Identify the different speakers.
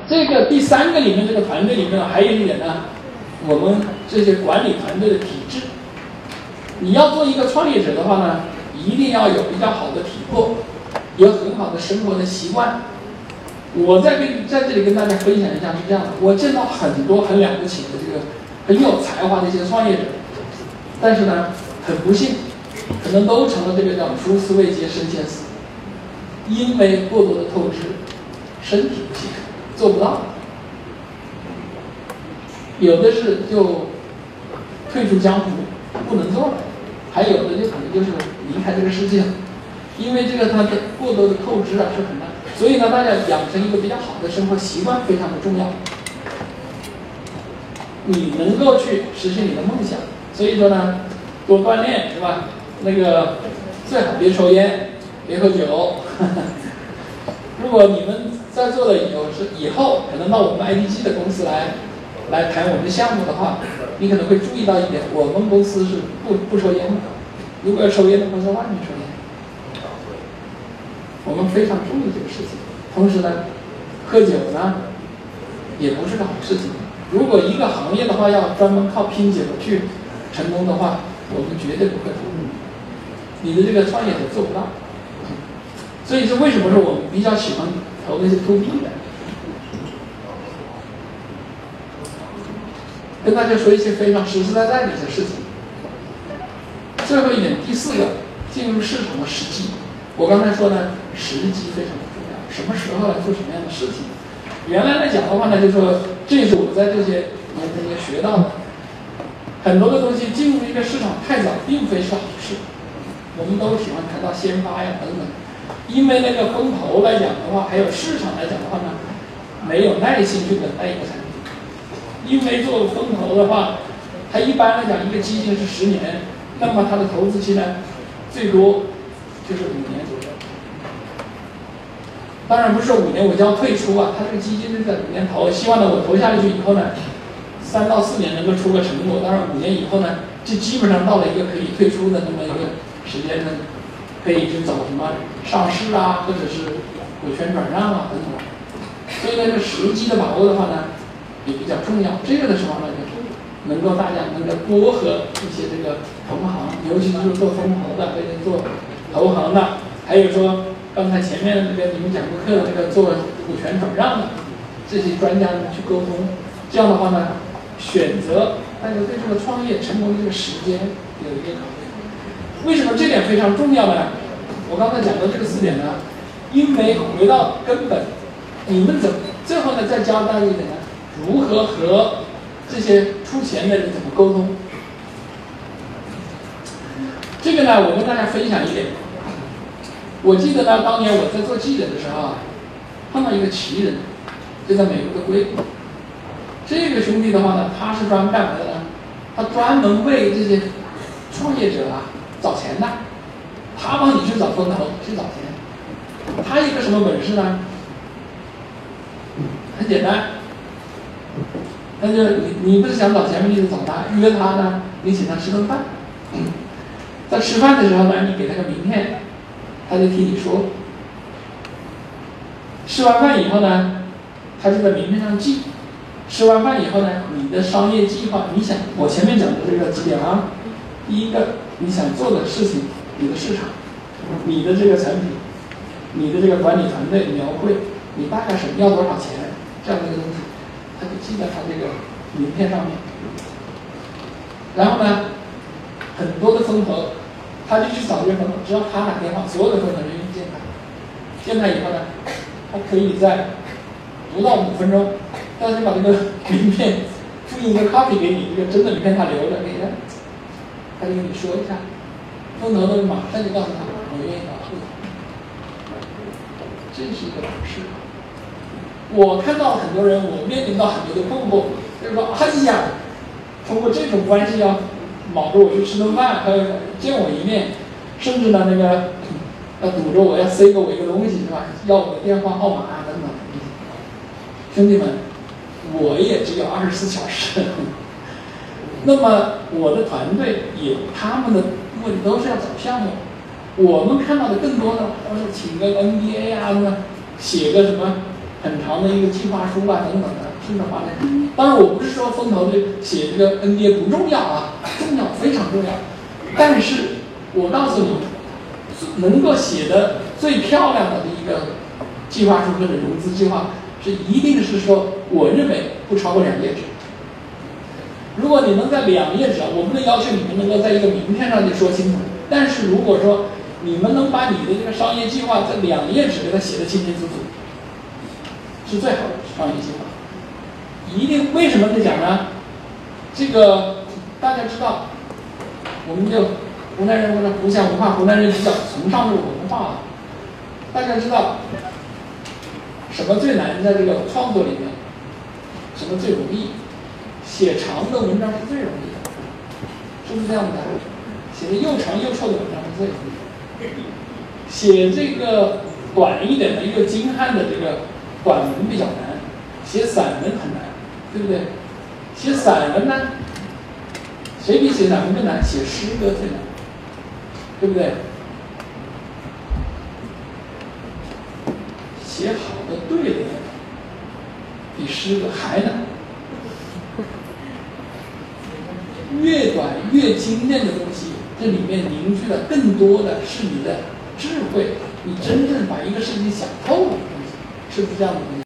Speaker 1: 这个第三个里面，这个团队里面还有一点呢，我们这些管理团队的体制。你要做一个创业者的话呢，一定要有比较好的体魄，有很好的生活的习惯。我在这里跟大家分享一下是这样的，我见到很多很了不起的这个很有才华的一些创业者，但是呢，很不幸，可能都成了这个叫诸思未竭身先死，因为过多的透支，身体不行，做不到。有的是就退出江湖，不能做了；还有的就可能就是离开这个世界了，因为这个它的过多的透支啊是很大。所以呢，大家养成一个比较好的生活习惯非常的重要，你能够去实现你的梦想。所以说呢，多锻炼是吧？那个最好别抽烟，别喝酒。如果你们在座的以后可能到我们 IDG 的公司来谈我们的项目的话，你可能会注意到一点，我们公司是不抽烟的。如果要抽烟的话，在外面抽烟。我们非常注意这个事情。同时呢，喝酒呢也不是个好事情。如果一个行业的话要专门靠拼酒去成功的话，我们绝对不会投入。你的这个创业者做不到。所以是为什么说我们比较喜欢投那些 to B 的。跟大家说一些非常实实在在的一些事情。最后一点，第四个，进入市场的时机。我刚才说呢，时机非常的重要，什么时候来做什么样的事情。原来来讲的话呢，就说这也是我在这些年中间学到的，很多的东西进入一个市场太早，并非是好事。我们都喜欢谈到先发呀等等，因为那个风投来讲的话，还有市场来讲的话呢，没有耐心去等待一个产品。因为做风投的话，它一般来讲一个基金是10年，那么它的投资期呢，最多就是5年左右。当然不是说5年我就要退出啊，它这个基金是在5年投，希望呢我投下去以后呢，3到4年能够出个成果。当然5年以后呢，就基本上到了一个可以退出的那么一个时间呢，可以去走什么上市啊，或者是股权转让啊等等。所以呢，这时机的把握的话呢，也比较重要。这个的时候呢，就能够大家能够多和一些这个同行，尤其是做风投的或者做投行的，还有说刚才前面那个你们讲过课的这个做股权转让的这些专家去沟通。这样的话呢，选择大家对这个创业成功的这个时间有一个考虑。为什么这点非常重要呢？我刚才讲的这个4点呢，因为回到根本，你们最后呢再教大家一点呢，如何和这些出钱的人怎么沟通。这个呢，我跟大家分享一点。我记得呢，当年我在做记者的时候啊，碰到一个奇人，就在美国的硅谷。这个兄弟的话呢，他是专门干嘛的呢？他专门为这些创业者啊找钱的，他帮你去找风投去找钱。他有个什么本事呢？很简单，那就你不是想找钱吗？你就找他，约他呢，你请他吃顿饭。在吃饭的时候呢，你给他个名片，他就替你说。吃完饭以后呢，他就在名片上记。吃完饭以后呢，你的商业计划，你想我前面讲的这个几点啊，第一个你想做的事情，你的市场，你的这个产品，你的这个管理团队描绘，你大概是要多少钱这样的一个东西，他就记在他这个名片上面。然后呢，很多的风投，他就去找这个风投，只要他打电话，所有的风投人去见他，见他以后呢，他可以在不到5分钟，他就把这个名片复印一个 copy 给你，这个真的名片他留着给他，他就跟你说一下，风投的马上就告诉他，我愿意搞这个，这是一个好事。我看到很多人，我面临到很多的困惑，就是说，哎呀，通过这种关系要卯着我去吃顿饭，还有见我一面，甚至呢那个要堵着我要塞给我一个东西是吧？要我的电话号码啊等等。兄弟们，我也只有24小时。那么我的团队有他们的目的都是要找项目，我们看到的更多的都是请个 NBA 啊，写个什么很长的一个计划书啊等等的，甚至花点。当然，我不是说风投的写这个 NDA 不重要啊，重要，非常重要。但是我告诉你，能够写的最漂亮的一个计划书或者融资计划，是一定是说，我认为不超过2页纸。如果你能在2页纸上，我不能要求你们能够在一个名片上就说清楚。但是如果说你们能把你的这个商业计划在2页纸给它写得清清楚楚，是最好的商业计划。一定为什么这么讲呢？这个大家知道，我们就湖南人或者湖湘文化，湖南人比较崇尚这个文化啊。大家知道什么最难在这个创作里面？什么最容易？写长的文章是最容易的，是不是这样的？写的又长又臭的文章是最容易的。写这个短一点的一个精悍的这个短文比较难，写散文很难，对不对？写散文呢，谁比写散文更难？写诗歌最难，对不对？写好的对的比诗歌还难。越短越精炼的东西，这里面凝聚的更多的是你的智慧，你真正把一个事情想透的东西，是不是这样的东西？